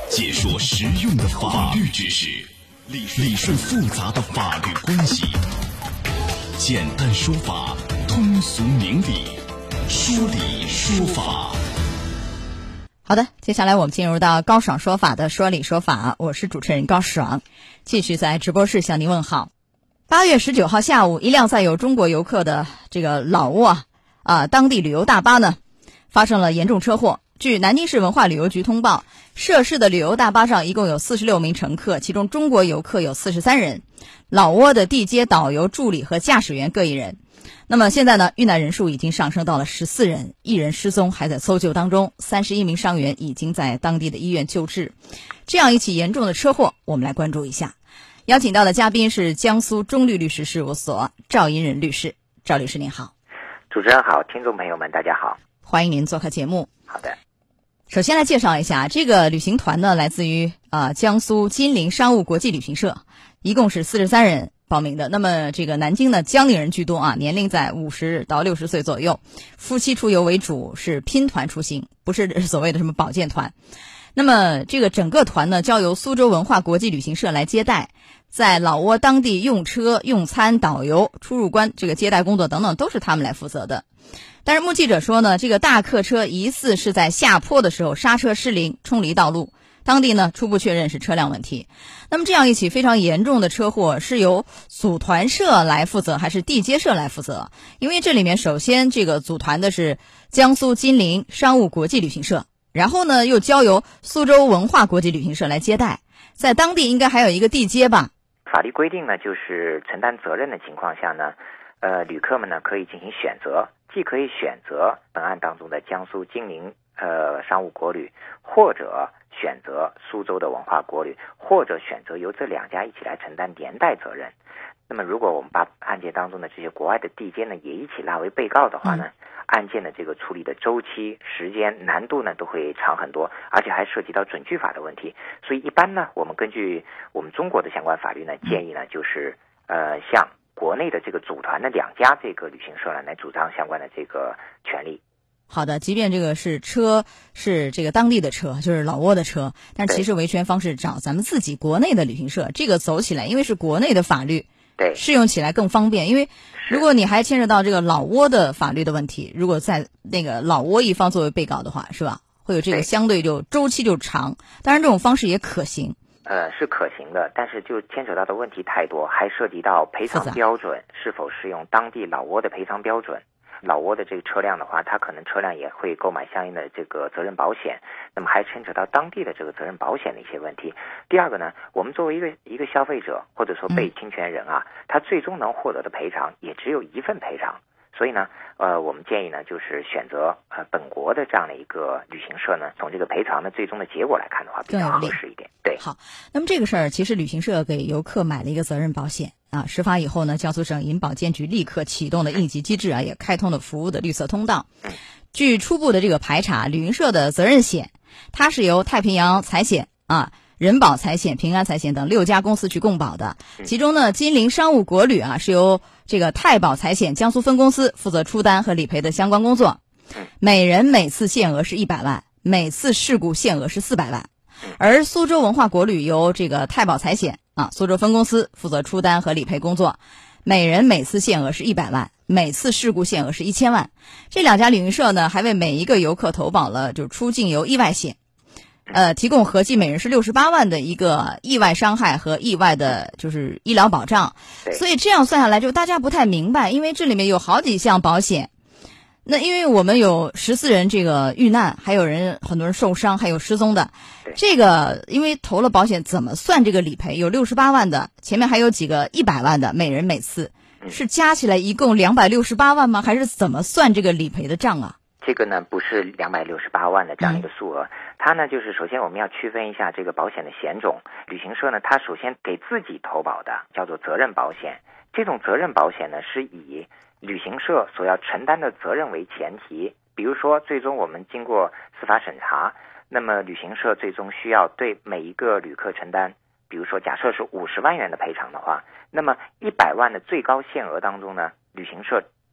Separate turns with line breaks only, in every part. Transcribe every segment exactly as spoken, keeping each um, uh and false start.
解说实用的法律知识，理理顺复杂的法律关系，简单说法，通俗明理，说理说法。
好的，接下来我们进入到高爽说法的说理说法，我是主持人高爽，继续在直播室向您问好。八月十九号下午，一辆载有中国游客的这个老挝啊啊当地旅游大巴呢发生了严重车祸。据南京市文化旅游局通报，涉事的旅游大巴上一共有四十六名乘客，其中中国游客有四十三人，老挝的地接导游助理和驾驶员各一人。那么现在呢，遇难人数已经上升到了十四人，一人失踪，还在搜救当中，三十一名伤员已经在当地的医院救治。这样一起严重的车祸，我们来关注一下。邀请到的嘉宾是江苏中律律师事务所赵银仁律师。赵律师您好。
主持人好，听众朋友们大家好，
欢迎您做客节目。
好的。
首先来介绍一下，这个旅行团呢来自于呃江苏金陵商务国际旅行社，一共是四十三人报名的。那么这个南京呢江宁人居多啊，年龄在五十到六十岁左右，夫妻出游为主，是拼团出行，不是所谓的什么保健团。那么这个整个团呢交由苏州文化国际旅行社来接待，在老挝当地用车、用餐、导游、出入关这个接待工作等等都是他们来负责的。但是目击者说呢，这个大客车疑似是在下坡的时候刹车失灵，冲离道路。当地呢初步确认是车辆问题。那么这样一起非常严重的车祸是由组团社来负责还是地接社来负责？因为这里面首先这个组团的是江苏金陵商务国际旅行社，然后呢又交由苏州文化国际旅行社来接待，在当地应该还有一个地接吧？
法律规定呢，就是承担责任的情况下呢，呃，旅客们呢可以进行选择，既可以选择本案当中的江苏金陵呃商务国旅，或者选择苏州的文化国旅，或者选择由这两家一起来承担连带责任。那么如果我们把案件当中的这些国外的地接呢也一起拉为被告的话呢、嗯、案件的这个处理的周期、时间、难度呢都会长很多，而且还涉及到准据法的问题。所以一般呢，我们根据我们中国的相关法律呢，建议呢就是呃向国内的这个组团的两家这个旅行社呢来主张相关的这个权利。
好的，即便这个是车是这个当地的车，就是老挝的车，但其实维权方式找咱们自己国内的旅行社，这个走起来因为是国内的法律，
对，
适用起来更方便。因为如果你还牵扯到这个老挝的法律的问题，如果在那个老挝一方作为被告的话，是吧？会有这个相对就周期就长，当然这种方式也可行。
呃，是可行的，但是就牵扯到的问题太多，还涉及到赔偿标准是否适用当地老挝的赔偿标准。老挝的这个车辆的话，它可能车辆也会购买相应的这个责任保险，那么还牵扯到当地的这个责任保险的一些问题。第二个呢，我们作为一个一个消费者或者说被侵权人啊，他最终能获得的赔偿也只有一份赔偿。所以呢，呃，我们建议呢，就是选择呃本国的这样的一个旅行社呢，从这个赔偿的最终的结果来看的话，比较合适一点。对，
好，那么这个事儿其实旅行社给游客买了一个责任保险啊。事发以后呢，江苏省银保监局立刻启动了应急机制啊，也开通了服务的绿色通道。据初步的这个排查，旅行社的责任险，它是由太平洋财险啊、人保财险、平安财险等六家公司去共保的。其中呢，金陵商务国旅啊是由这个太保财险江苏分公司负责出单和理赔的相关工作，每人每次限额是一百万，每次事故限额是四百万。而苏州文化国旅由这个太保财险啊苏州分公司负责出单和理赔工作，每人每次限额是一百万，每次事故限额是一千万。这两家旅行社呢，还为每一个游客投保了就是出境游意外险，呃，提供合计每人是六十八万的一个意外伤害和意外的就是医疗保障。所以这样算下来，就大家不太明白，因为这里面有好几项保险。那因为我们有十四人这个遇难，还有人很多人受伤，还有失踪的。这个因为投了保险，怎么算这个理赔？有六十八万的，前面还有几个一百万的，每人每次是加起来一共两百六十八万吗？还是怎么算这个理赔的账啊？
这个呢不是两百六十八万的这样一个数额，嗯、它呢就是首先我们要区分一下这个保险的险种。旅行社呢，它首先给自己投保的叫做责任保险，这种责任保险呢是以旅行社所要承担的责任为前提。比如说，最终我们经过司法审查，那么旅行社最终需要对每一个旅客承担，比如说假设是五十万元的赔偿的话，那么一百万的最高限额当中呢，旅行社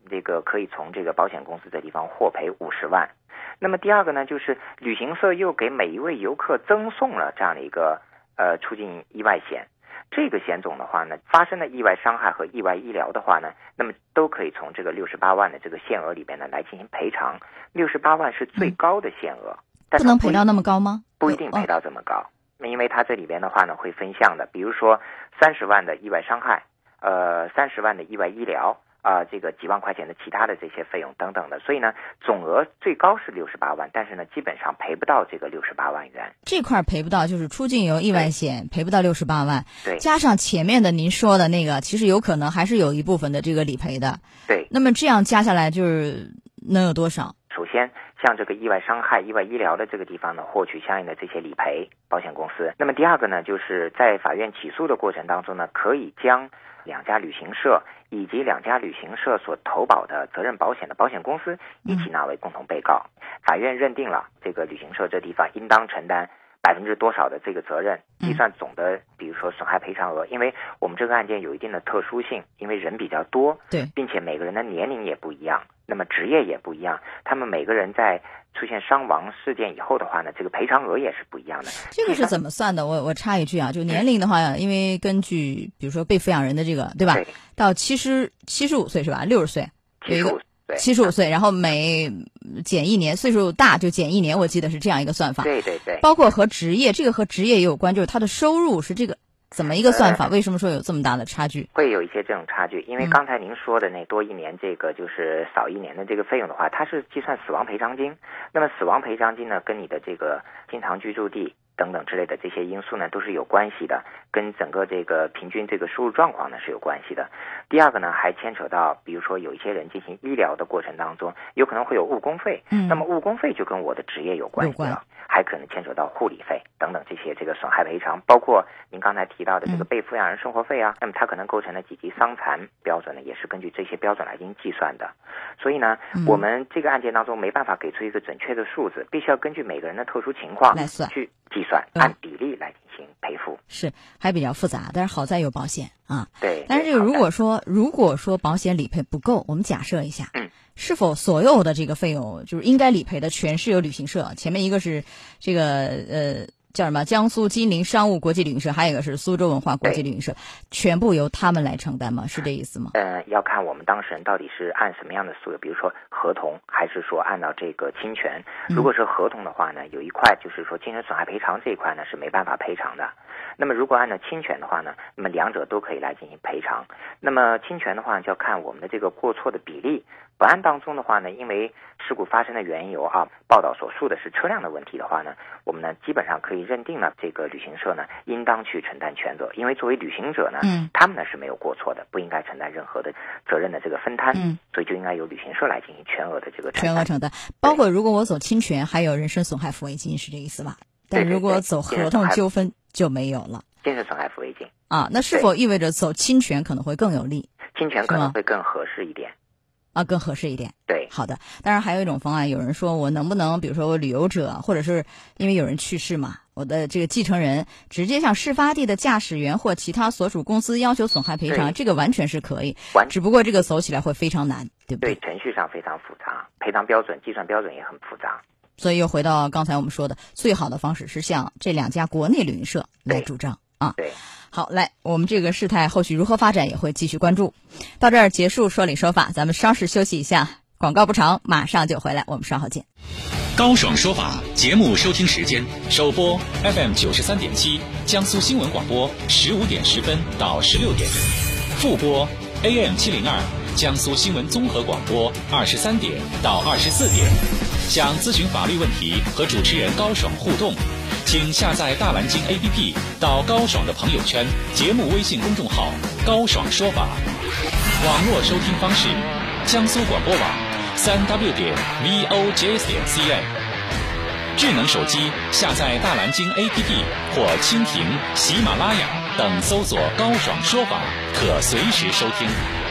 这个可以从这个保险公司这地方获赔五十万。那么第二个呢，就是旅行社又给每一位游客赠送了这样的一个呃出境意外险。这个险种的话呢，发生的意外伤害和意外医疗的话呢，那么都可以从这个六十八万的这个限额里边呢来进行赔偿。六十八万是最高的限额，但
不能赔到那么高吗？
不一定赔到这么高，因为它这里边的话呢会分项的，比如说三十万的意外伤害，呃，三十万的意外医疗。啊、呃，这个几万块钱的其他的这些费用等等的，所以呢，总额最高是六十八万，但是呢，基本上赔不到这个六十八万元。
这块赔不到，就是出境游意外险赔不到六十八万，
对，
加上前面的您说的那个，其实有可能还是有一部分的这个理赔的。
对，
那么这样加下来就是能有多少？
首先，像这个意外伤害、意外医疗的这个地方呢，获取相应的这些理赔，保险公司。那么第二个呢，就是在法院起诉的过程当中呢，可以将两家旅行社以及两家旅行社所投保的责任保险的保险公司一起纳为共同被告。嗯、法院认定了这个旅行社这地方应当承担百分之多少的这个责任，计算总的，比如说损害赔偿额。因为我们这个案件有一定的特殊性，因为人比较多，
对，
并且每个人的年龄也不一样，那么职业也不一样，他们每个人在出现伤亡事件以后的话呢，这个赔偿额也是不一样的。
这个是怎么算的？我我插一句啊，就年龄的话，嗯、因为根据比如说被抚养人的这个，对吧？
对，
到七十七十五岁是吧？六十岁，
七十五岁，
七十五岁，然后每减一年，岁数大就减一年，我记得是这样一个算法。
对对对，
包括和职业，这个和职业也有关，就是他的收入是这个。怎么一个算法？为什么说有这么大的差距？
会有一些这种差距，因为刚才您说的那多一年，这个就是少一年的这个费用的话，它是计算死亡赔偿金。那么死亡赔偿金呢，跟你的这个经常居住地等等之类的这些因素呢，都是有关系的，跟整个这个平均这个收入状况呢是有关系的。第二个呢，还牵扯到，比如说有一些人进行医疗的过程当中，有可能会有误工费，嗯，那么误工费就跟我的职业有关系了，还可能牵扯到护理费等等这些这个损害赔偿，包括您刚才提到的这个被抚养人生活费啊，嗯、那么它可能构成了几级伤残标准呢，也是根据这些标准来进行计算的。所以呢，嗯、我们这个案件当中没办法给出一个准确的数字，必须要根据每个人的特殊情况
来算
去计算，按比例来进行赔付。
是，还比较复杂，但是好在有保险啊。
对。
但是这个如果说如果说保险理赔不够，我们假设一下，
嗯，
是否所有的这个费用就是应该理赔的全是由旅行社？前面一个是这个呃。叫什么？江苏金陵商务国际旅行社，还有一个是苏州文化国际旅行社，全部由他们来承担吗？是这意思吗？
呃，要看我们当事人到底是按什么样的诉求，比如说合同，还是说按照这个侵权。如果是合同的话呢，有一块就是说精神损害赔偿这一块呢是没办法赔偿的。那么如果按照侵权的话呢，那么两者都可以来进行赔偿。那么侵权的话就要看我们的这个过错的比例。本案当中的话呢，因为事故发生的缘由啊，报道所述的是车辆的问题的话呢，我们呢基本上可以认定了这个旅行社呢应当去承担全责，因为作为旅行者呢，嗯，他们呢是没有过错的，不应该承担任何的责任的这个分摊，嗯，所以就应该由旅行社来进行全额的这个承担。
全额承担，包括如果我走侵权，还有人身损害抚慰金，是这意思吧？但如果走合同纠纷就没有了。
精神损害抚慰金
啊，那是否意味着走侵权可能会更有利？
侵权可能会更合适一点。
啊，更合适一点。
对，
好的。当然还有一种方案，有人说我能不能，比如说我旅游者，或者是因为有人去世嘛，我的这个继承人直接向事发地的驾驶员或其他所属公司要求损害赔偿，这个完全是可以，只不过这个走起来会非常难，对不对？
对，程序上非常复杂，赔偿标准、计算标准也很复杂。
所以又回到刚才我们说的，最好的方式是向这两家国内旅行社来主张啊。
对。
好，来，我们这个事态后续如何发展也会继续关注。到这儿结束说理说法，咱们稍事休息一下，广告不长，马上就回来，我们稍后见。
高爽说法节目收听时间：首播 F M 九十三点七，江苏新闻广播十五点十分到十六点；复播 A M 七零二，江苏新闻综合广播二十三点到二十四点。想咨询法律问题和主持人高爽互动，请下载大蓝鲸 A P P， 到高爽的朋友圈、节目微信公众号“高爽说法”。网络收听方式：江苏广播网三 w 点 v o j s 点 c n。智能手机下载大蓝鲸 A P P 或蜻蜓、喜马拉雅等，搜索“高爽说法”，可随时收听。